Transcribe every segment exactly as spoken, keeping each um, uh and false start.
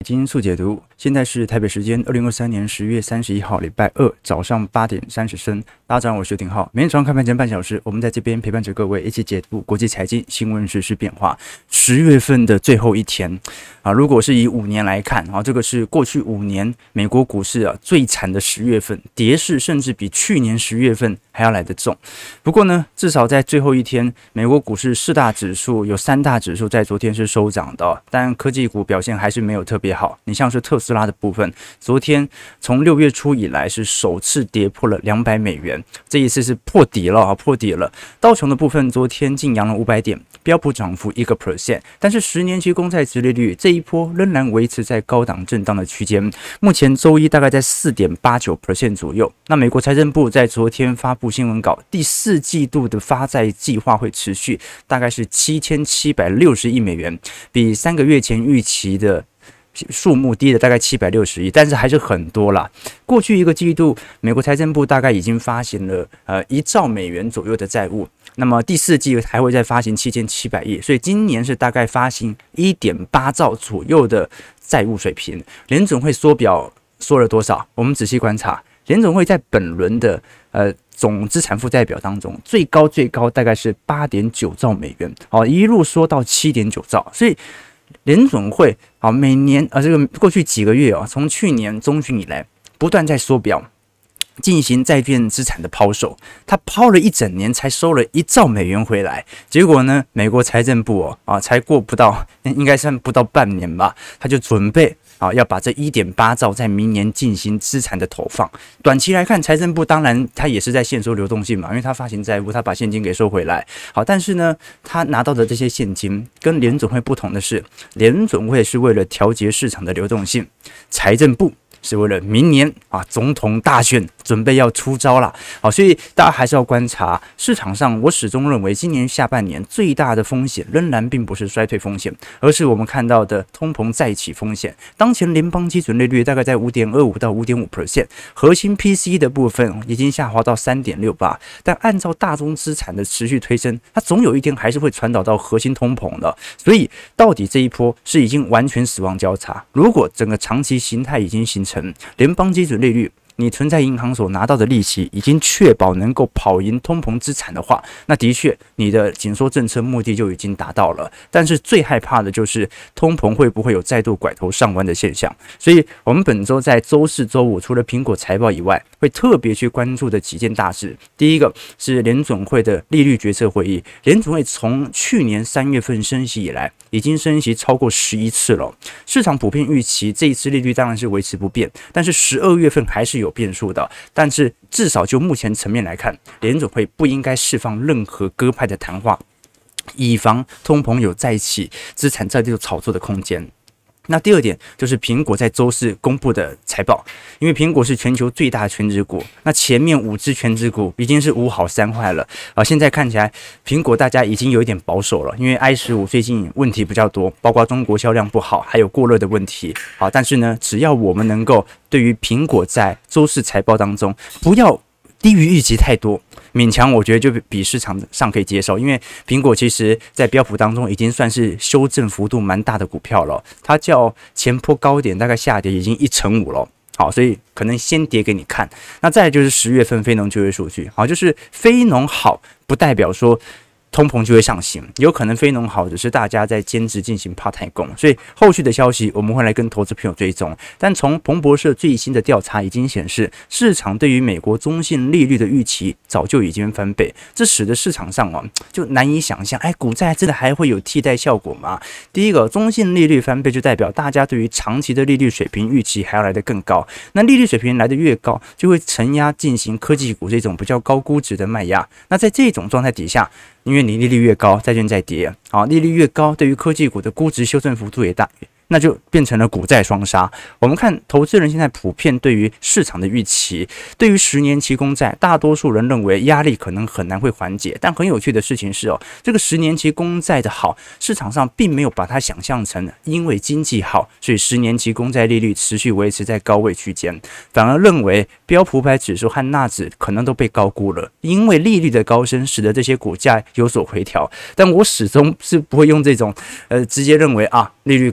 基因速解读，现在是台北时间二零二三年十月三十一号礼拜二早上八点三十分。大家好，我是廷浩。每天早上开盘前半小时，我们在这边陪伴着各位一起解读国际财经新闻、时事变化。十月份的最后一天啊，如果是以五年来看啊，这个是过去五年美国股市啊最惨的十月份，跌势甚至比去年十月份还要来得重。不过呢，至少在最后一天，美国股市四大指数有三大指数在昨天是收涨的、哦，但科技股表现还是没有特别好。你像是特斯拉的部分，昨天从六月初以来是首次跌破了两百美元，这一次是破底了啊，破底了。道琼的部分昨天净扬了五百点，标普涨幅一个 percent， 但是十年期公债殖利率这一波仍然维持在高档震荡的区间，目前周一大概在 四点八九 percent 左右。那美国财政部在昨天发布新闻稿，第四季度的发债计划会持续，大概是七千七百六十亿美元，比三个月前预期的数目低了大概七百六十亿，但是还是很多啦。过去一个季度，美国财政部大概已经发行了呃一兆美元左右的债务，那么第四季还会再发行七千七百亿，所以今年是大概发行一点八兆左右的债务水平。联准会缩表缩了多少？我们仔细观察，联准会在本轮的呃总资产负债表当中，最高最高大概是 八点九兆美元，好，一路缩到 七点九兆，所以联准会啊，每年啊，这个过去几个月啊，从去年中旬以来，不断在缩表，进行债券资产的抛售。他抛了一整年，才收了一兆美元回来。结果呢，美国财政部哦啊，才过不到，应该算不到半年吧，他就准备啊要把这 一点八兆在明年进行资产的投放。短期来看，财政部当然他也是在限缩流动性嘛，因为他发行债务，他把现金给收回来。好，但是呢，他拿到的这些现金跟联准会不同的是，联准会是为了调节市场的流动性，财政部是为了明年啊总统大选准备要出招啦。好，所以大家还是要观察市场上。我始终认为，今年下半年最大的风险仍然并不是衰退风险，而是我们看到的通膨再起风险。当前联邦基准利率大概在 五点二五 到 五点五 percent， 核心 P C E 的部分已经下滑到 三点六八， 但按照大宗资产的持续推升，它总有一天还是会传导到核心通膨的。所以到底这一波是已经完全死亡交叉，如果整个长期形态已经形成，联邦基准利率你存在银行所拿到的利息已经确保能够跑赢通膨资产的话，那的确你的紧缩政策目的就已经达到了。但是最害怕的就是通膨会不会有再度拐头上弯的现象。所以我们本周在周四周五除了苹果财报以外，会特别去关注的几件大事。第一个是联准会的利率决策会议，联准会从去年三月份升息以来已经升息超过十一次了，市场普遍预期这一次利率当然是维持不变，但是十二月份还是有变数的。但是至少就目前层面来看，联准会不应该释放任何鸽派的谈话，以防通膨有再起资产再度炒作的空间。那第二点就是苹果在周四公布的财报，因为苹果是全球最大的全指股，那前面五只全指股已经是五好三坏了啊。现在看起来苹果大家已经有一点保守了，因为 i 十五 最近问题比较多，包括中国销量不好，还有过热的问题啊。但是呢，只要我们能够对于苹果在周四财报当中不要低于预期太多，勉强我觉得就比市场上可以接受。因为苹果其实在标普当中已经算是修正幅度蛮大的股票了，它较前波高点大概下跌已经一成五了。好，所以可能先跌给你看。那再来就是十月份非农就业数据，好，就是非农好不代表说通膨就会上行，有可能非农好只是大家在兼职进行 part time 工，所以后续的消息我们会来跟投资朋友追踪。但从彭博社最新的调查已经显示，市场对于美国中性利率的预期早就已经翻倍，这使得市场上哦就难以想象，哎，股债真的还会有替代效果吗？第一个，中性利率翻倍就代表大家对于长期的利率水平预期还要来得更高，那利率水平来得越高，就会承压进行科技股这种比较高估值的卖压。那在这种状态底下，因为你利率越高，债券在跌，好，利率越高，对于科技股的估值修正幅度也大，那就变成了股债双杀。我们看投资人现在普遍对于市场的预期，对于十年期公债，大多数人认为压力可能很难会缓解。但很有趣的事情是哦，这个十年期公债的好，市场上并没有把它想象成因为经济好，所以十年期公债利率持续维持在高位区间，反而认为标普五百指数和纳指可能都被高估了，因为利率的高升使得这些股价有所回调。但我始终是不会用这种呃直接认为啊利率高股市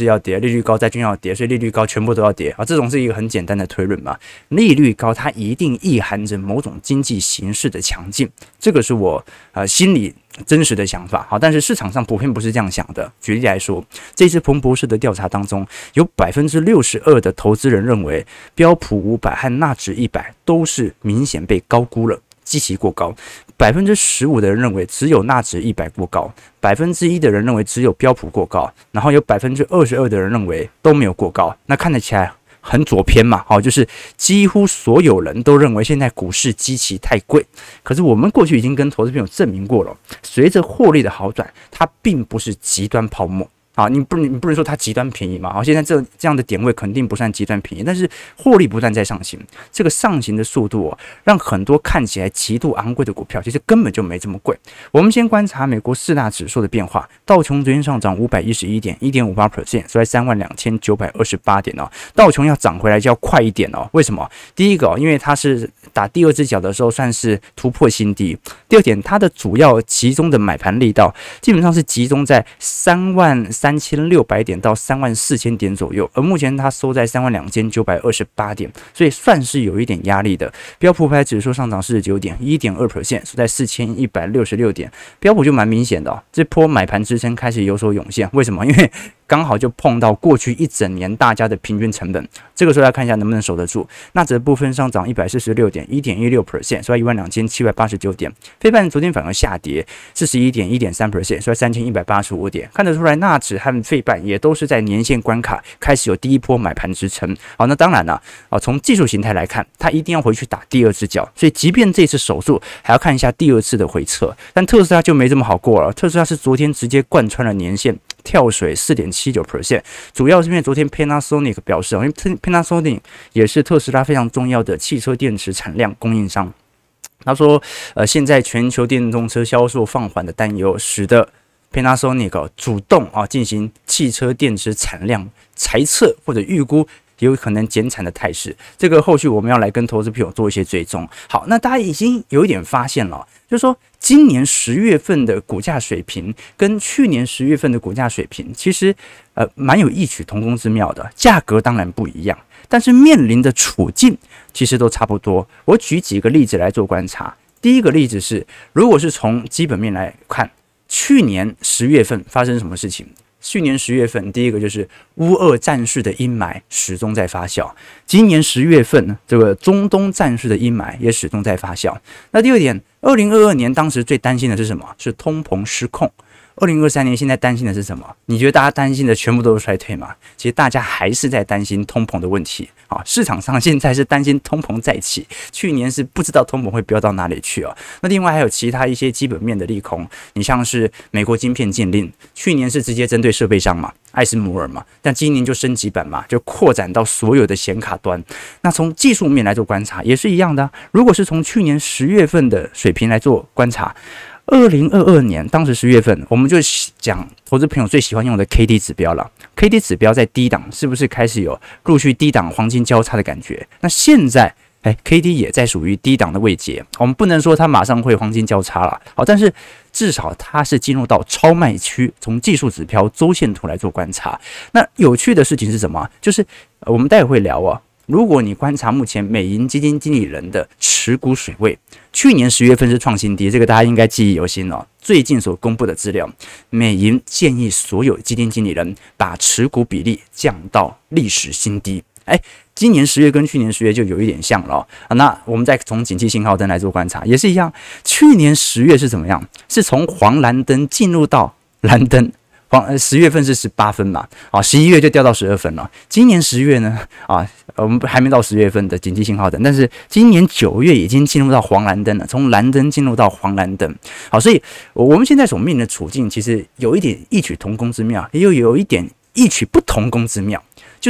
要跌，利率高债券要跌，所以利率高全部都要跌啊。这种是一个很简单的推论嘛。利率高它一定意含着某种经济形势的强劲，这个是我呃心里真实的想法。好，但是市场上普遍不是这样想的。举例来说，这次彭博士的调查当中，有百分之六十二的投资人认为标普五百和纳指一百都是明显被高估了，基期过高。百分之十五的人认为只有纳指一百过高，百分之一的人认为只有标普过高，然后有百分之二十二的人认为都没有过高。那看得起来很左偏嘛，好，就是几乎所有人都认为现在股市基期太贵。可是我们过去已经跟投资朋友证明过了，随着获利的好转，它并不是极端泡沫。好，你不你不能说它极端便宜嘛？好，现在这这样的点位肯定不算极端便宜，但是获利不断在上行，这个上行的速度哦，让很多看起来极度昂贵的股票，其实根本就没这么贵。我们先观察美国四大指数的变化，道琼昨天上涨五百一十一点，一点五八 percent， 收在三万两千九百二十八点哦。道琼要涨回来就要快一点哦。为什么？第一个哦，因为它是打第二只脚的时候算是突破新低。第二点，它的主要集中的买盘力道基本上是集中在三万三千六百点到三万四千点左右，而目前它收在三万两千九百二十八点，所以算是有一点压力的。标普五百指数上涨四十九点，一点二 percent， 收在四千一百六十六点。标普就蛮明显的哦，这波买盘支撑开始有所涌现。为什么？因为刚好就碰到过去一整年大家的平均成本，这个时候要看一下能不能守得住。纳指部分上涨一百四十六点，一点一六 percent， 收在一万两千七百八十九点。费半昨天反而下跌四十一点，一点三 percent， 收在三千一百八十五点。看得出来，纳指和费半也都是在年线关卡开始有第一波买盘支撑。好，那当然了，啊，从技术形态来看，它一定要回去打第二只脚，所以即便这次守住，还要看一下第二次的回撤。但特斯拉就没这么好过了，特斯拉是昨天直接贯穿了年线，跳水 四点七九 percent， 主要是因为昨天 Panasonic 表示，因为 Panasonic 也是特斯拉非常重要的汽车电池产量供应商。他说，呃，现在全球电动车销售放缓的担忧，使得 Panasonic 主动啊进行汽车电池产量猜测或者预估有可能减产的态势。这个后续我们要来跟投资朋友做一些追踪。好，那大家已经有一点发现了，就是说今年十月份的股价水平跟去年十月份的股价水平，其实呃蛮有异曲同工之妙的。价格当然不一样，但是面临的处境其实都差不多。我举几个例子来做观察。第一个例子是，如果是从基本面来看，去年十月份发生什么事情？去年十月份，第一个就是乌俄战事的阴霾始终在发酵。今年十月份，这个中东战事的阴霾也始终在发酵。那第二点，二零二二年当时最担心的是什么？是通膨失控。二零二三年现在担心的是什么？你觉得大家担心的全部都是衰退吗？其实大家还是在担心通膨的问题啊。市场上现在是担心通膨再起，去年是不知道通膨会飙到哪里去啊。那另外还有其他一些基本面的利空，你像是美国晶片禁令，去年是直接针对设备商嘛，艾斯摩尔嘛，但今年就升级版嘛，就扩展到所有的显卡端。那从技术面来做观察也是一样的啊。如果是从去年十月份的水平来做观察，二零二二年当时十月份，我们就讲投资朋友最喜欢用的 K D 指标了。K D 指标在低档，是不是开始有陆续低档黄金交叉的感觉？那现在，哎 ，K D 也在属于低档的位阶。我们不能说它马上会黄金交叉了，好，但是至少它是进入到超卖区。从技术指标周线图来做观察，那有趣的事情是什么？就是我们待会会聊啊。如果你观察目前美银基金经理人的持股水位，去年十月份是创新低，这个大家应该记忆犹新哦。最近所公布的资料，美银建议所有基金经理人把持股比例降到历史新低。哎，今年十月跟去年十月就有一点像了哦。啊，那我们再从景气信号灯来做观察，也是一样。去年十月是怎么样？是从黄蓝灯进入到蓝灯。黄十月份是十八分嘛，啊，十一月就掉到十二分了。今年十月呢，啊，我们还没到十月份的紧急信号灯，但是今年九月已经进入到黄蓝灯了，从蓝灯进入到黄蓝灯。好，所以我们现在所面临的处境，其实有一点异曲同工之妙，也有有一点异曲不同工之妙，就是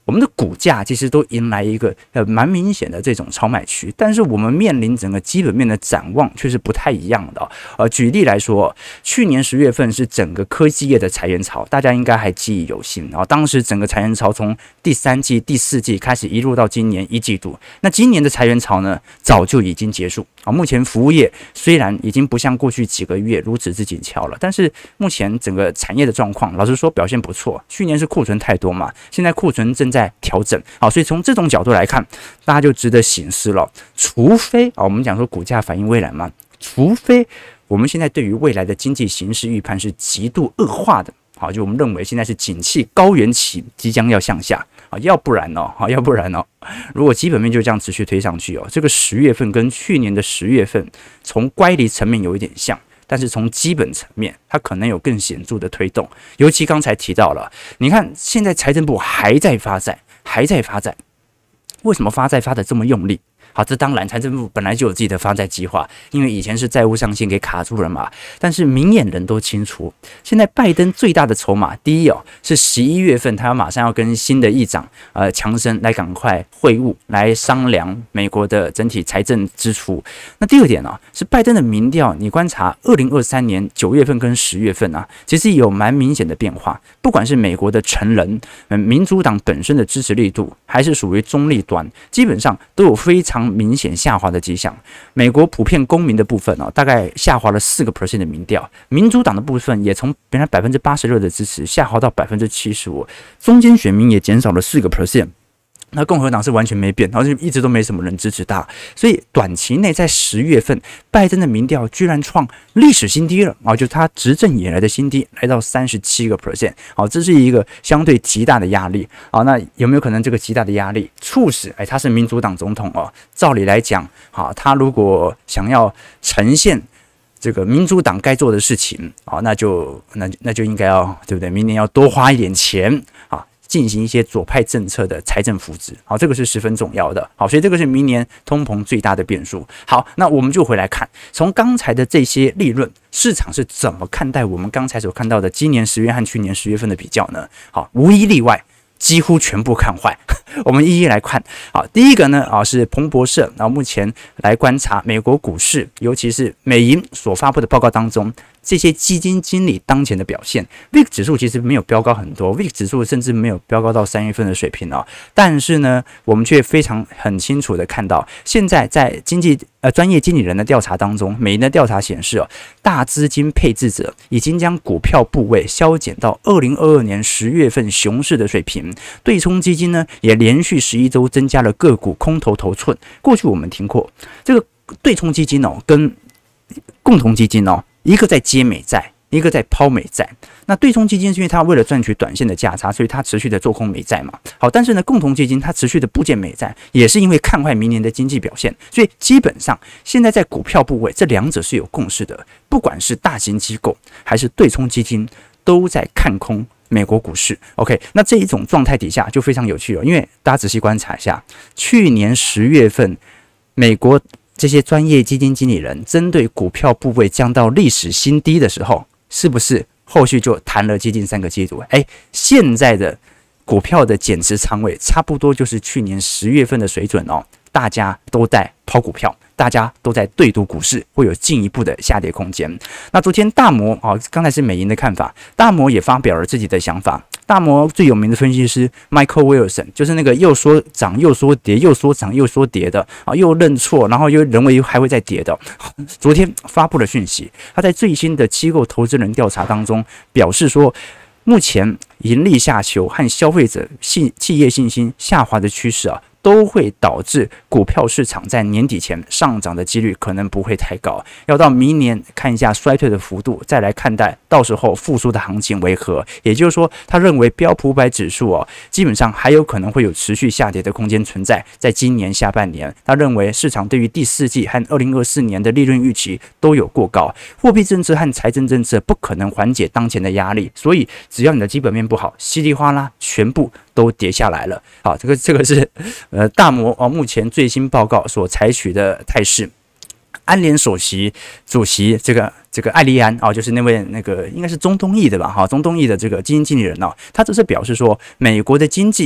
我们的股价其实都迎来一个呃蛮明显的这种超买区，但是我们面临整个基本面的展望却是不太一样的、哦。呃，举例来说，去年十月份是整个科技业的裁员潮，大家应该还记忆犹新啊、哦。当时整个裁员潮从第三季、第四季开始一路到今年一季度，那今年的裁员潮呢，早就已经结束啊、哦。目前服务业虽然已经不像过去几个月如此之紧俏了，但是目前整个产业的状况，老实说表现不错。去年是库存太多嘛，现在库存正在调整，好，所以从这种角度来看，大家就值得省思了。除非啊，我们讲说股价反映未来嘛，除非我们现在对于未来的经济形势预判是极度恶化的，好，就我们认为现在是景气高原期即将要向下啊，要不然哦，好，要不然哦，如果基本面就这样持续推上去哦，这个十月份跟去年的十月份从乖离层面有一点像。但是从基本层面，它可能有更显著的推动。尤其刚才提到了，你看现在财政部还在发债，还在发债，为什么发债发得这么用力？好，这当然财政部本来就有自己的发债计划，因为以前是债务上限给卡住了嘛。但是明眼人都清楚，现在拜登最大的筹码，第一哦是十一月份他要马上要跟新的议长呃强生来赶快会晤，来商量美国的整体财政支出。那第二点呢、哦、是拜登的民调，你观察二零二三年九月份跟十月份啊，其实有蛮明显的变化。不管是美国的成人、嗯民主党本身的支持力度，还是属于中立端，基本上都有非常明显下滑的迹象。美国普遍公民的部分哦，大概下滑了四个 percent 的民调，民主党的部分也从原来百分之八十六的支持下滑到百分之七十五，中间选民也减少了四个 percent。那共和党是完全没变，然后就一直都没什么人支持他，所以短期内在十月份，拜登的民调居然创历史新低了啊！就他执政以来的新低，来到三十七个 percent， 好，这是一个相对极大的压力啊。那有没有可能这个极大的压力促使哎他是民主党总统哦？照理来讲，好，他如果想要呈现这个民主党该做的事情啊，那就那那就应该要对不对？明年要多花一点钱啊。进行一些左派政策的财政扶植，好，这个是十分重要的，好，所以这个是明年通膨最大的变数。好，那我们就回来看，从刚才的这些利润，市场是怎么看待我们刚才所看到的今年十月和去年十月份的比较呢？好，无一例外，几乎全部看坏。我们一一来看。好，第一个呢啊是彭博社，然后目前来观察美国股市，尤其是美银所发布的报告当中，这些基金经理当前的表现 ，V I X 指数其实没有飙高很多 ，V I X 指数甚至没有飙高到三月份的水平啊。但是呢，我们却非常很清楚的看到，现在在经济呃专业经理人的调查当中，美银的调查显示哦，大资金配置者已经将股票部位削减到二零二二年十月份熊市的水平。对冲基金呢，也连续十一周增加了个股空头头寸。过去我们听过这个对冲基金哦，跟共同基金哦。一个在接美债，一个在抛美债。那对冲基金是因为它为了赚取短线的价差，所以它持续的做空美债嘛。好，但是呢，共同基金它持续的布建美债，也是因为看坏明年的经济表现。所以基本上现在在股票部位，这两者是有共识的。不管是大型机构还是对冲基金，都在看空美国股市。OK， 那这一种状态底下就非常有趣了，因为大家仔细观察一下，去年十月份美国这些专业基金经理人针对股票部位降到历史新低的时候，是不是后续就谈了接近三个季度？哎，现在的股票的减持仓位差不多就是去年十月份的水准哦，大家都在抛股票，大家都在对赌股市会有进一步的下跌空间。那昨天大摩啊，刚才是美银的看法，大摩也发表了自己的想法。大摩最有名的分析师 Michael Wilson， 就是那个又说涨又说跌，又说涨又说跌的啊，又认错，然后又认为还会再跌的。昨天发布了讯息，他在最新的机构投资人调查当中表示说，目前盈利下修和消费者信企业信心下滑的趋势啊，都会导致股票市场在年底前上涨的几率可能不会太高，要到明年看一下衰退的幅度，再来看待到时候复苏的行情为何。也就是说，他认为标普五百指数哦，基本上还有可能会有持续下跌的空间存在，在今年下半年，他认为市场对于第四季和二零二四年的利润预期都有过高，货币政策和财政政策不可能缓解当前的压力，所以只要你的基本面不好，稀里哗啦全部都跌下来了。好，这个这个是呃大摩哦目前最新报告所采取的态势。安联首席主席这个这个艾利安啊、哦，就是那位那个应该是中东裔的吧哈，中东裔的这个基金经理人哦，他只是表示说，美国的经济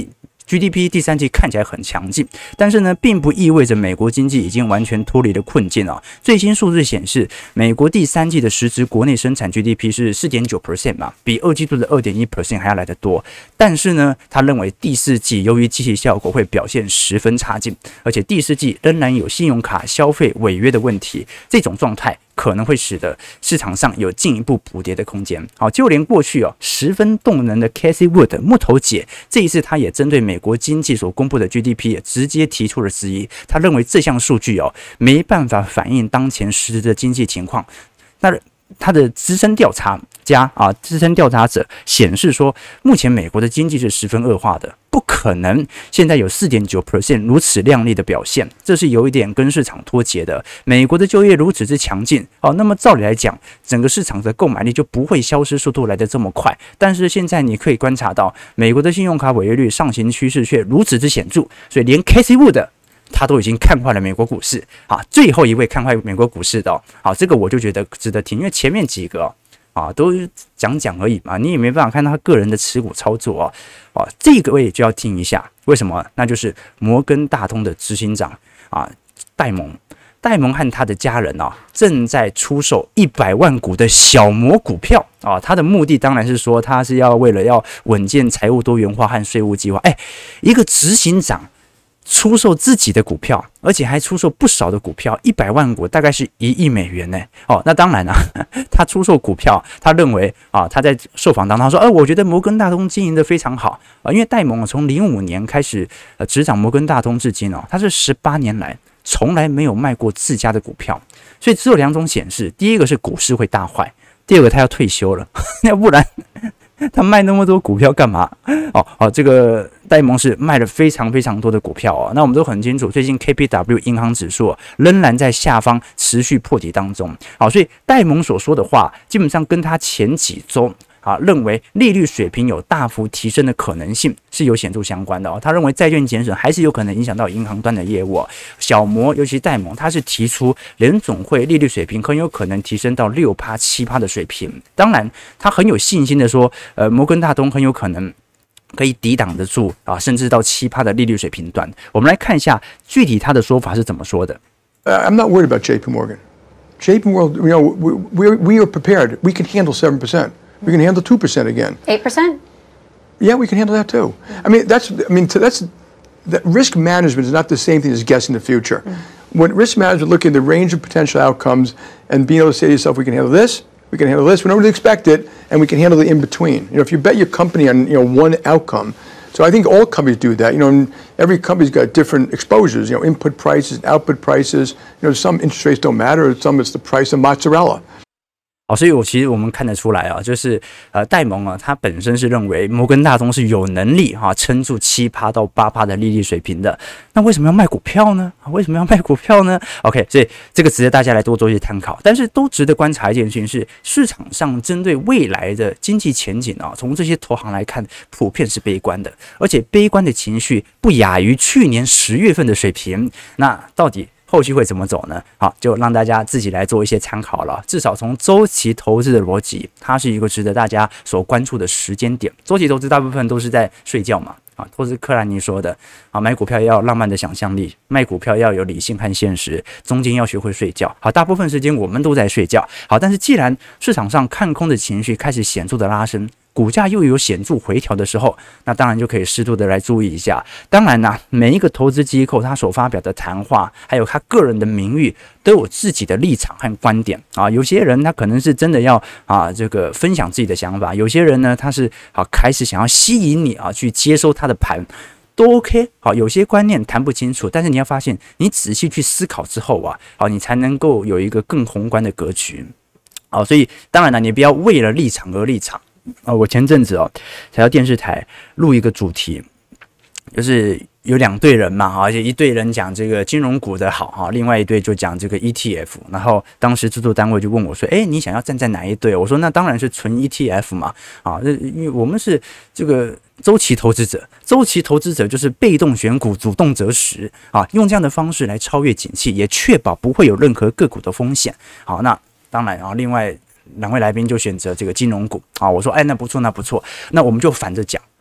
G D P 第三季看起来很强劲，但是呢，并不意味着美国经济已经完全脱离了困境啊。最新数字显示，美国第三季的实质国内生产 G D P 是 百分之四点九 嘛，比二季度的 百分之二点一 还要来得多。但是呢，他认为第四季由于经济效果会表现十分差劲，而且第四季仍然有信用卡消费违约的问题，这种状态可能会使得市场上有进一步补跌的空间。好，就连过去哦十分动能的 Casey Wood 木头姐，这一次他也针对美国经济所公布的 G D P 也直接提出了质疑。他认为这项数据哦没办法反映当前实质的经济情况。那他的资深调查家啊，资深调查者显示说，目前美国的经济是十分恶化的，不可能现在有 百分之四点九 如此亮丽的表现，这是有一点跟市场脱节的。美国的就业如此之强劲，哦，那么照理来讲，整个市场的购买力就不会消失速度来得这么快。但是现在你可以观察到，美国的信用卡违约率上行趋势却如此之显著，所以连 Casey Wood他都已经看坏了美国股市啊，最后一位看坏美国股市的哦，好，这个我就觉得值得听，因为前面几个哦啊都讲讲而已嘛，你也没办法看到他个人的持股操作哦，哦，这个位就要听一下，为什么？那就是摩根大通的执行长啊戴蒙，戴蒙和他的家人啊正在出售一百万股的小摩股票啊，他的目的当然是说他是要为了要稳健财务多元化和税务计划，哎，一个执行长出售自己的股票，而且还出售不少的股票，一百万股大概是一亿美元呢。哦，那当然啊，他出售股票，他认为啊，他在受访当中他说，呃，我觉得摩根大通经营的非常好啊，因为戴蒙从零五年开始呃执掌摩根大通至今哦，他是十八年来从来没有卖过自家的股票，所以只有两种显示，第一个是股市会大坏，第二个他要退休了，要不然他卖那么多股票干嘛？哦哦，这个戴蒙是卖了非常非常多的股票哦。那我们都很清楚，最近 K P W 银行指数仍然在下方持续破底当中。好，所以戴蒙所说的话，基本上跟他前几周啊认为利率水平有大幅提升的可能性是有显著相关的哦。他认为债券减损还是有可能影响到银行端的业务哦。小摩尤其戴蒙，他是提出联总会利率水平很有可能提升到 百分之六、百分之七 的水平。当然，他很有信心的说，呃，摩根大通很有可能可以抵挡得住啊，甚至到 百分之七 的利率水平段。我们来看一下具体他的说法是怎么说的。 Uh, I'm not worried about J P Morgan. J P Morgan, you know, we, we, we are prepared. We can handle seven percent. We can handle two percent again. eight percent? Yeah, we can handle that too. I mean, that's, I mean, that's, that risk management is not the same thing as guessing the future. When risk management, looking at the range of potential outcomes and being able to say to yourself, we can handle this, we can handle this, we don't really expect it, and we can handle the in-between. You know, if you bet your company on, you know, one outcome, so I think all companies do that. You know, and every company's got different exposures, you know, input prices, output prices. You know, some interest rates don't matter, some it's the price of mozzarella. 好，所以我其实我们看得出来啊，就是呃戴蒙啊，他本身是认为摩根大通是有能力哈、啊、撑住 百分之七 到 百分之八 的利率水平的。那为什么要卖股票呢？为什么要卖股票呢 ？OK， 所以这个值得大家来多做一些参考。但是都值得观察一件事情是，市场上针对未来的经济前景啊，从这些投行来看，普遍是悲观的，而且悲观的情绪不亚于去年十月份的水平。那到底后续会怎么走呢？好，就让大家自己来做一些参考了。至少从周期投资的逻辑，它是一个值得大家所关注的时间点。周期投资大部分都是在睡觉嘛，啊，都是克兰尼说的啊，买股票要浪漫的想象力，卖股票要有理性和现实，中间要学会睡觉。好，大部分时间我们都在睡觉。好，但是既然市场上看空的情绪开始显著的拉升，股价又有显著回调的时候，那当然就可以适度的来注意一下。当然啦，每一个投资机构他所发表的谈话，还有他个人的名誉，都有自己的立场和观点啊。有些人他可能是真的要啊这个分享自己的想法，有些人呢他是好开始想要吸引你啊去接收他的盘。都 OK， 好，有些观念谈不清楚，但是你要发现，你仔细去思考之后啊，好，你才能够有一个更宏观的格局。好，所以当然了，你不要为了立场而立场。啊，我前阵子哦，才到电视台录一个主题，就是有两队人嘛，而且一队人讲这个金融股的好哈，另外一队就讲这个 E T F。然后当时制作单位就问我说：“哎，你想要站在哪一队？”我说：“那当然是纯 E T F 嘛，啊，因为我们是这个周期投资者，周期投资者就是被动选股，主动择时啊，用这样的方式来超越景气，也确保不会有任何个股的风险。好，那当然啊，另外两位来宾就选择这个金融股啊，我说哎，那不错，那不错，那我们就反着讲。”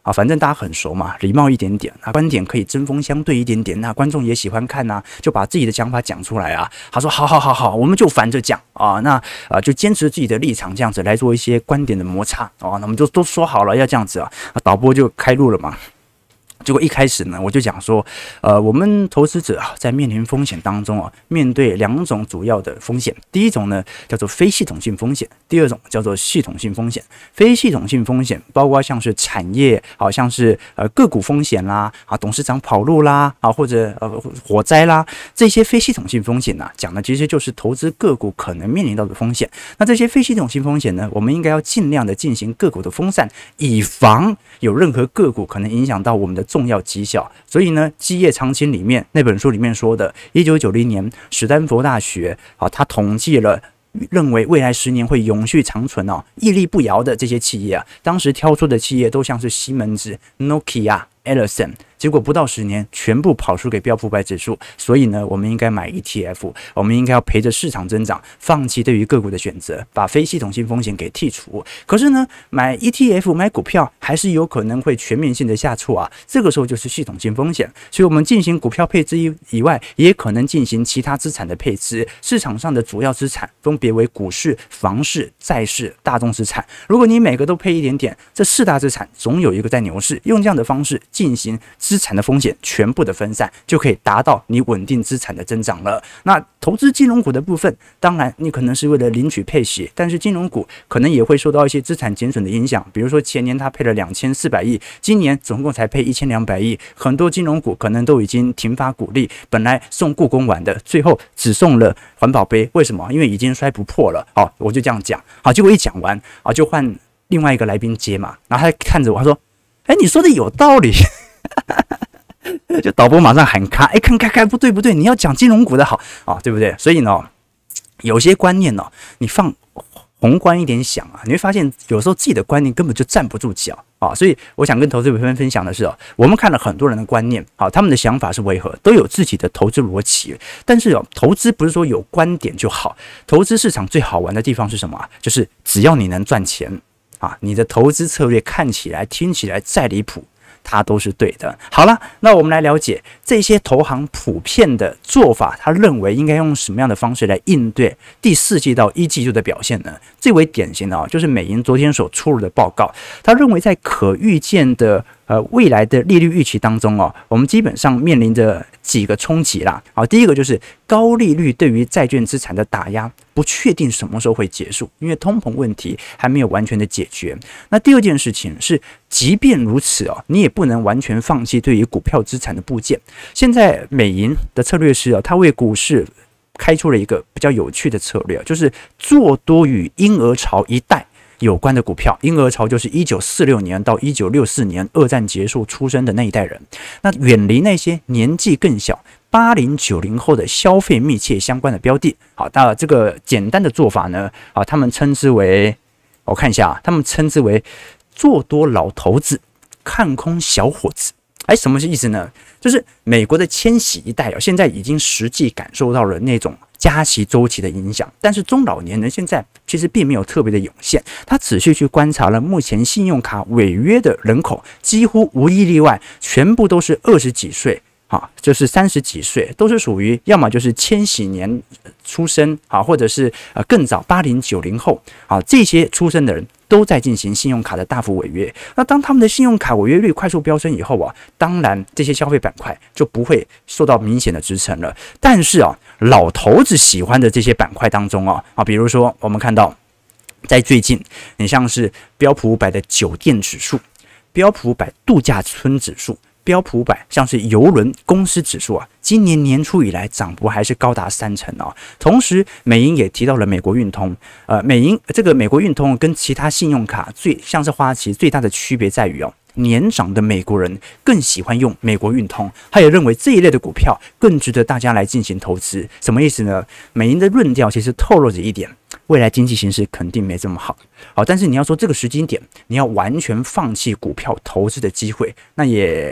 啊，反正大家很熟嘛，礼貌一点点啊，观点可以针锋相对一点点，那观众也喜欢看啊，就把自己的想法讲出来啊。他说好好好好，我们就反着讲啊，那啊就坚持自己的立场，这样子来做一些观点的摩擦啊。那我们就都说好了要这样子啊，导播就开录了嘛。结果一开始呢，我就讲说，呃，我们投资者啊，在面临风险当中啊，面对两种主要的风险。第一种呢，叫做非系统性风险；第二种叫做系统性风险。非系统性风险包括像是产业，好像是呃个股风险啦，啊，董事长跑路啦，啊，或者呃火灾啦，这些非系统性风险呢、啊，讲的其实就是投资个股可能面临到的风险。那这些非系统性风险呢，我们应该要尽量的进行个股的分散，以防有任何个股可能影响到我们的重要绩效。所以呢，基业长青里面那本书里面说的，一九九零年史丹佛大学啊，他统计了认为未来十年会永续长存哦，屹立不摇的这些企业啊，当时挑出的企业都像是西门子、Nokia、Ellison。结果不到十年，全部跑输给标普五百指数。所以呢，我们应该买 E T F， 我们应该要陪着市场增长，放弃对于个股的选择，把非系统性风险给剔除。可是呢，买 E T F 买股票还是有可能会全面性的下挫啊，这个时候就是系统性风险。所以我们进行股票配置以外，也可能进行其他资产的配置。市场上的主要资产分别为股市、房市、债市、大宗资产。如果你每个都配一点点，这四大资产总有一个在牛市，用这样的方式进行资产的风险全部的分散，就可以达到你稳定资产的增长了。那投资金融股的部分，当然你可能是为了领取配息，但是金融股可能也会受到一些资产减损的影响。比如说前年它配了两千四百亿，今年总共才配一千两百亿，很多金融股可能都已经停发股利，本来送故宫玩的，最后只送了环保杯。为什么？因为已经摔不破了。好，我就这样讲。好，结果一讲完啊，就换另外一个来宾接嘛，然后他看着我，他说：“哎，你说的有道理。”就导播马上喊卡，哎，看看看，不对不对，你要讲金融股的好啊，对不对？所以呢，有些观念呢，你放宏观一点想啊，你会发现有时候自己的观念根本就站不住脚啊。所以我想跟投资者朋友们分享的是哦，我们看了很多人的观念，好，他们的想法是为何，都有自己的投资逻辑。但是哦，投资不是说有观点就好，投资市场最好玩的地方是什么啊？就是只要你能赚钱啊，你的投资策略看起来、听起来再离谱，它都是对的。好了，那我们来了解这些投行普遍的做法，他认为应该用什么样的方式来应对第四季到一季度的表现呢？最为典型的啊，就是美银昨天所出炉的报告，他认为在可预见的呃未来的利率预期当中哦，我们基本上面临着几个冲击啦。好，第一个就是高利率对于债券资产的打压，不确定什么时候会结束，因为通膨问题还没有完全的解决。那第二件事情是，即便如此哦，你也不能完全放弃对于股票资产的部件。现在美银的策略师哦，他为股市开出了一个比较有趣的策略，就是做多与婴儿潮一代有关的股票。婴儿潮就是一九四六年到一九六四年二战结束出生的那一代人，那远离那些年纪更小八零九零后的消费密切相关的标的。好，那这个简单的做法呢，啊，他们称之为，我看一下啊，他们称之为做多老头子，看空小伙子。哎，什么是意思呢？就是美国的千禧一代哦，现在已经实际感受到了那种加息周期的影响，但是中老年人现在其实并没有特别的涌现。他仔细去观察了目前信用卡违约的人口，几乎无一例外，全部都是二十几岁。啊，就是三十几岁，都是属于要么就是千禧年出生啊，或者是呃更早八零九零后啊，这些出生的人都在进行信用卡的大幅违约。那当他们的信用卡违约率快速飙升以后啊，当然这些消费板块就不会受到明显的支撑了。但是啊，老头子喜欢的这些板块当中啊啊，比如说我们看到在最近，你像是标普五百的酒店指数、标普五百度假村指数、标普五百像是邮轮公司指数啊，今年年初以来涨幅还是高达三成啊。同时，美银也提到了美国运通，呃，美银这个美国运通跟其他信用卡最像是花旗最大的区别在于哦，年长的美国人更喜欢用美国运通，他也认为这一类的股票更值得大家来进行投资。什么意思呢？美银的论调其实透露着一点，未来经济形势肯定没这么好。好，但是你要说这个时间点，你要完全放弃股票投资的机会，那也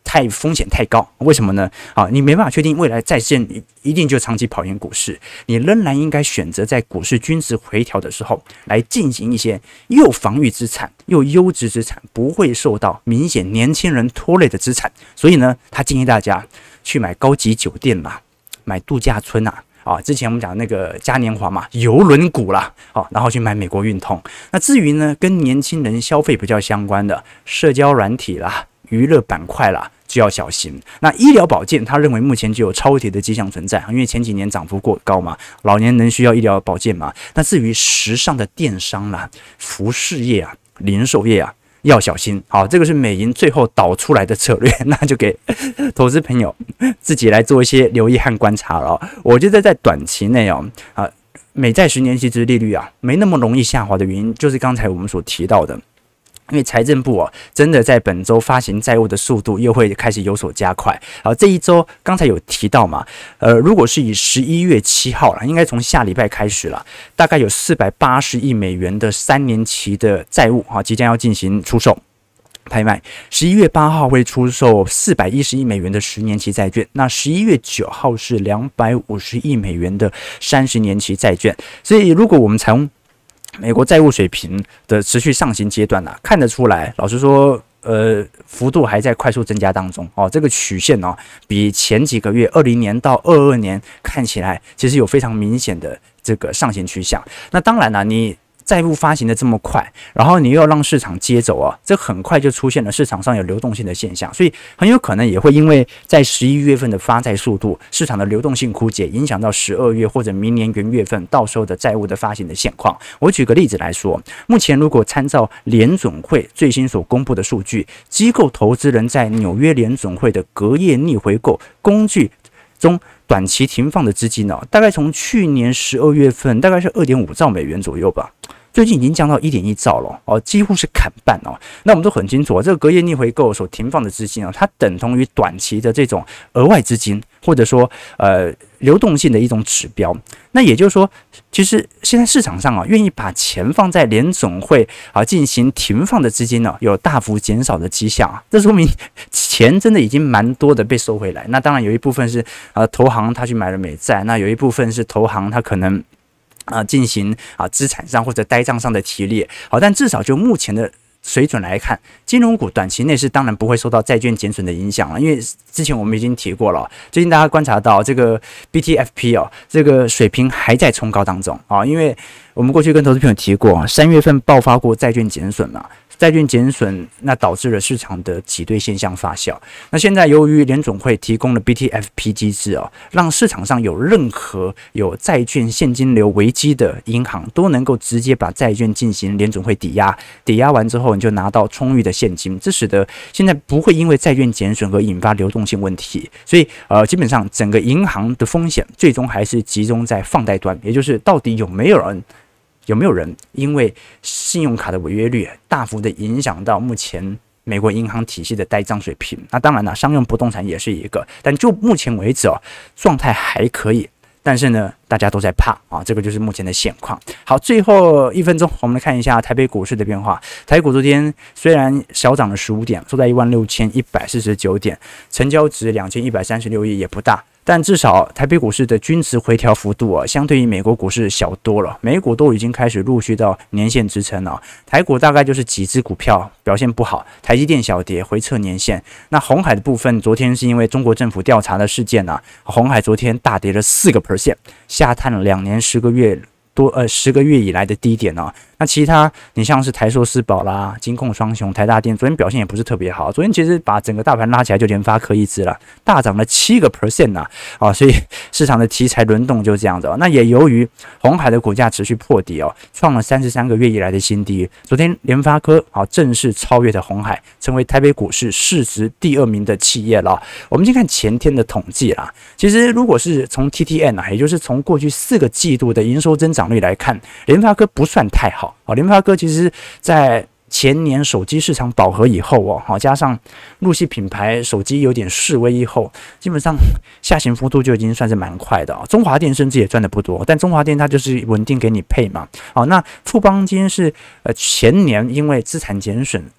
太风险太高，为什么呢？啊，你没办法确定未来再现一定就长期跑赢股市，你仍然应该选择在股市均值回调的时候来进行一些又防御资产又优质资产，不会受到明显年轻人拖累的资产。所以呢，他建议大家去买高级酒店啦，买度假村啊。啊，之前我们讲那个嘉年华嘛，邮轮股啦，哦，然后去买美国运通。那至于呢，跟年轻人消费比较相关的社交软体啦、娱乐板块啦，就要小心。那医疗保健，他认为目前就有超跌的迹象存在，因为前几年涨幅过高嘛，老年人需要医疗保健嘛。那至于时尚的电商啦、服饰业啊、零售业啊，要小心。好，这个是美银最后导出来的策略，那就给投资朋友自己来做一些留意和观察了、哦。我觉得在短期内哦，啊，美债十年期殖利率啊，没那么容易下滑的原因，就是刚才我们所提到的。因为财政部哦，真的在本周发行债务的速度又会开始有所加快。好，这一周刚才有提到嘛，呃，如果是以十一月七号了，应该从下礼拜开始了，大概有四百八十亿美元的三年期的债务啊，即将要进行出售。拍卖，十一月八号会出售四百一十亿美元的十年期债券，那十一月九号是两百五十亿美元的三十年期债券。所以，如果我们从美国债务水平的持续上行阶段啊，看得出来，老实说，呃，幅度还在快速增加当中哦。这个曲线哦，比前几个月二零年到二二年看起来，其实有非常明显的这个上行趋向。那当然了、啊，你债务发行的这么快，然后你又要让市场接走啊，这很快就出现了市场上有流动性的现象，所以很有可能也会因为在十一月份的发债速度，市场的流动性枯竭，影响到十二月或者明年元月份到时候的债务的发行的现况。我举个例子来说，目前如果参照联准会最新所公布的数据，机构投资人在纽约联准会的隔夜逆回购工具中短期停放的资金呢，大概从去年十二月份大概是 二点五兆美元左右吧。最近已经降到 一点一兆了哦，几乎是砍半哦。那我们都很清楚，这个隔夜逆回购所停放的资金啊，它等同于短期的这种额外资金，或者说呃流动性的一种指标。那也就是说，其实现在市场上啊，愿意把钱放在联总会啊进行停放的资金呢、啊，有大幅减少的迹象啊。这说明钱真的已经蛮多的被收回来。那当然有一部分是呃投行他去买了美债，那有一部分是投行他可能。啊，进行啊资产上或者呆账上的提列，好，但至少就目前的水准来看，金融股短期内是当然不会受到债券减损的影响了，因为之前我们已经提过了，最近大家观察到这个 B T F P 哦，这个水平还在冲高当中啊，因为我们过去跟投资朋友提过，三月份爆发过债券减损嘛。债券减损，那导致了市场的挤兑现象发酵。那现在由于联总会提供了 B T F P 机制哦，让市场上有任何有债券现金流危机的银行都能够直接把债券进行联总会抵押，抵押完之后你就拿到充裕的现金，这使得现在不会因为债券减损而引发流动性问题。所以呃，基本上整个银行的风险最终还是集中在放贷端，也就是到底有没有人。有没有人因为信用卡的违约率大幅的影响到目前美国银行体系的呆账水平？那当然了，商用不动产也是一个，但就目前为止哦，状态还可以。但是呢，大家都在怕啊，这个就是目前的现况。好，最后一分钟，我们来看一下台北股市的变化。台股昨天虽然小涨了十五点，收在一万六千一百四十九点，成交值两千一百三十六亿，也不大。但至少台北股市的均值回调幅度啊，相对于美国股市小多了。美股都已经开始陆续到年线支撑了，台股大概就是几只股票表现不好，台积电小跌回测年线。那鸿海的部分，昨天是因为中国政府调查的事件啊，鸿海昨天大跌了四个 percent， 下探了两年十个月多呃十个月以来的低点啊。那其他你像是台塑四宝啦、金控双雄、台大电，昨天表现也不是特别好。昨天其实把整个大盘拉起来，就联发科一支了，大涨了七个 percent 呐，啊，所以市场的题材轮动就这样子、哦。那也由于鸿海的股价持续破底哦，创了三十三个月以来的新低。昨天联发科啊正式超越的鸿海，成为台北股市市值第二名的企业了。我们先看前天的统计啦，其实如果是从 T T N 啊，也就是从过去四个季度的营收增长率来看，联发科不算太好。好，联发科其实在前年手机市场饱和以后哦，好加上陆系品牌手机有点式微以后，基本上下行幅度就已经算是蛮快的啊。中华电甚至也赚的不多，但中华电它就是稳定给你配嘛。好，那富邦今天是呃前年因为资产减损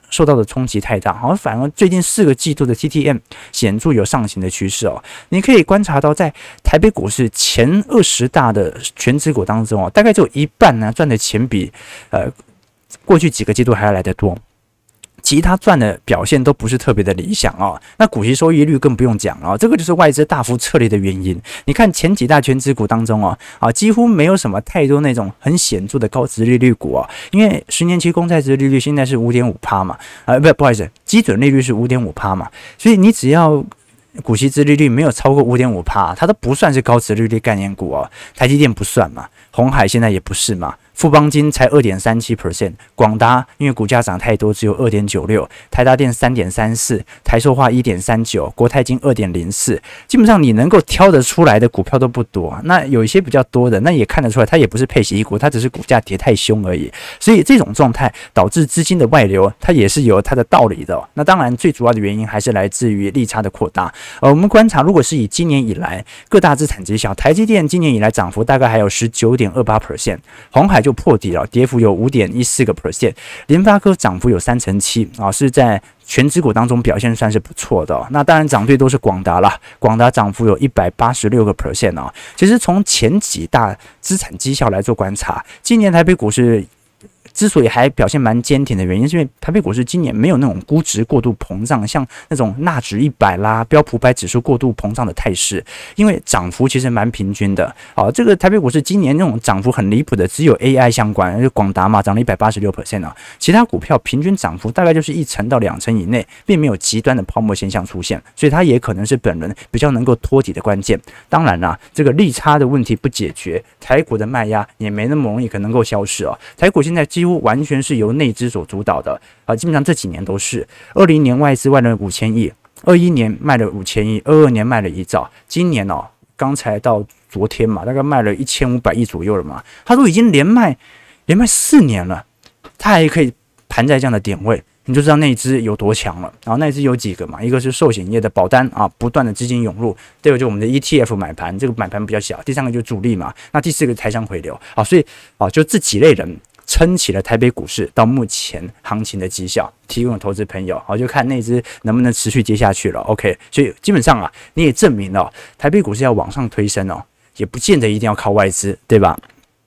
受到的冲击太大，好，反而最近四个季度的 T T M 显著有上行的趋势哦。你可以观察到，在台北股市前二十大的全指股当中哦，大概只有一半呢赚的钱比呃过去几个季度还要来得多。其他赚的表现都不是特别的理想哦，那股息收益率更不用讲了，这个就是外资大幅撤离的原因。你看前几大全指股当中哦，啊几乎没有什么太多那种很显著的高殖利率股哦，因为十年期公债殖利率现在是 百分之五点五 嘛，啊不不好意思，基准利率是 百分之五点五 嘛，所以你只要股息殖利率没有超过 百分之五点五， 它都不算是高殖利率概念股哦。台积电不算嘛，鸿海现在也不是嘛，富邦金才 百分之二点三七， 广达因为股价涨太多只有 二点九六， 台达电 三点三四， 台塑化 一点三九， 国泰金 二点零四， 基本上你能够挑得出来的股票都不多，那有一些比较多的那也看得出来它也不是配息股，它只是股价跌太凶而已，所以这种状态导致资金的外流它也是有它的道理的哦。那当然最主要的原因还是来自于利差的扩大。呃，我们观察如果是以今年以来各大资产绩效，台积电今年以来涨幅大概还有 百分之十九点二八， 鸿海就破底了，跌幅有 百分之五点一四， 联发科涨幅有三成七啊，是在全指股当中表现算是不错的哦。那当然涨最多是广达啦，广达涨幅有 百分之一百八十六 哦。其实从前几大资产绩效来做观察，今年台北股市之所以还表现蛮坚挺的原因，是因为台北股市今年没有那种估值过度膨胀，像那种纳指一百啦、标普百指数过度膨胀的态势，因为涨幅其实蛮平均的。好，这个台北股市今年那种涨幅很离谱的，只有 A I 相关，就广达嘛，涨了 百分之一百八十六 啊，其他股票平均涨幅大概就是一成到两成以内，并没有极端的泡沫现象出现，所以它也可能是本轮比较能够托底的关键。当然啦，这个利差的问题不解决，台股的卖压也没那么容易可能够消失哦。台股现在几乎完全是由内资所主导的啊，基本上这几年都是。二零年外资卖了五千亿，二一年卖了五千亿，二二年卖了一兆，今年哦，刚才到昨天嘛，大概卖了一千五百亿左右了嘛，他都已经连卖连卖四年了，他还可以盘在这样的点位，你就知道内资有多强了。然后内资有几个嘛，一个是寿险业的保单啊，不断的资金涌入；第二个就是我们的 E T F 买盘，这个买盘比较小；第三个就是主力嘛，那第四个台商回流啊，所以啊，就这几类人撑起了台北股市到目前行情的绩效，提供了投资朋友，好，就看内资能不能持续接下去了。OK， 所以基本上啊，你也证明了台北股市要往上推升哦，也不见得一定要靠外资，对吧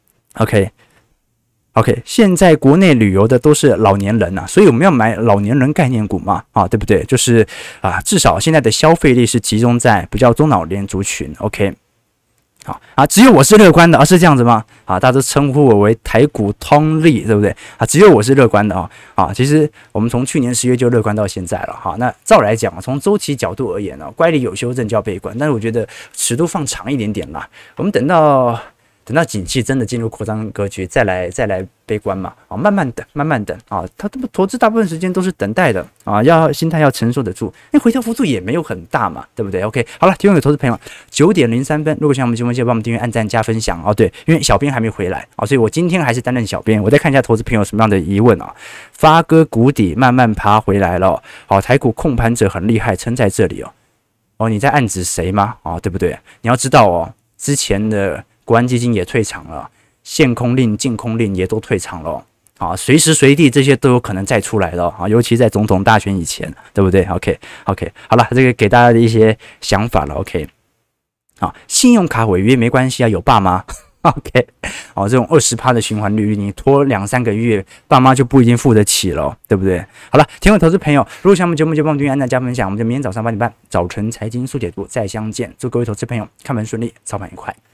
？OK。OK， 现在国内旅游的都是老年人啊，所以我们要买老年人概念股嘛，啊，对不对？就是啊，至少现在的消费力是集中在比较中老年族群。OK， 好啊，只有我是乐观的啊，是这样子吗？啊，大家都称呼我为台股通力，对不对？啊，只有我是乐观的啊。啊，其实我们从去年十月就乐观到现在了哈。那照来讲，从周期角度而言呢，乖离有修正叫悲观，但是我觉得尺度放长一点点啦，我们等到。等到景气真的进入扩张格局，再来再来悲观嘛，啊，慢慢等，慢慢等啊，他投资大部分时间都是等待的啊，要心态要承受得住，因为回调幅度也没有很大嘛，对不对 ？OK， 好了，提供给投资朋友，九点零三分，如果喜欢我们节目，记得帮我们订阅、按赞、加分享哦。对，因为小编还没回来啊，所以我今天还是担任小编，我再看一下投资朋友有什么样的疑问啊。发哥谷底慢慢爬回来了，好，台股控盘者很厉害，撑在这里哦。哦，你在暗指谁吗？啊，对不对？你要知道哦，之前的。国安基金也退场了，限空令、禁空令也都退场了啊，随时随地这些都有可能再出来了啊，尤其在总统大选以前，对不对 ？OK OK， 好了，这个给大家的一些想法了。OK， 好，信用卡违约没关系啊，有爸妈。OK， 哦，这种 百分之二十 的循环利率，你拖两三个月，爸妈就不一定付得起了，对不对？好了，听众投资朋友，如果喜欢我们节目，就帮我们订阅、按赞、加分享，我们就明天早上八点半早晨财经速解读再相见，祝各位投资朋友看盘顺利，操盘愉快。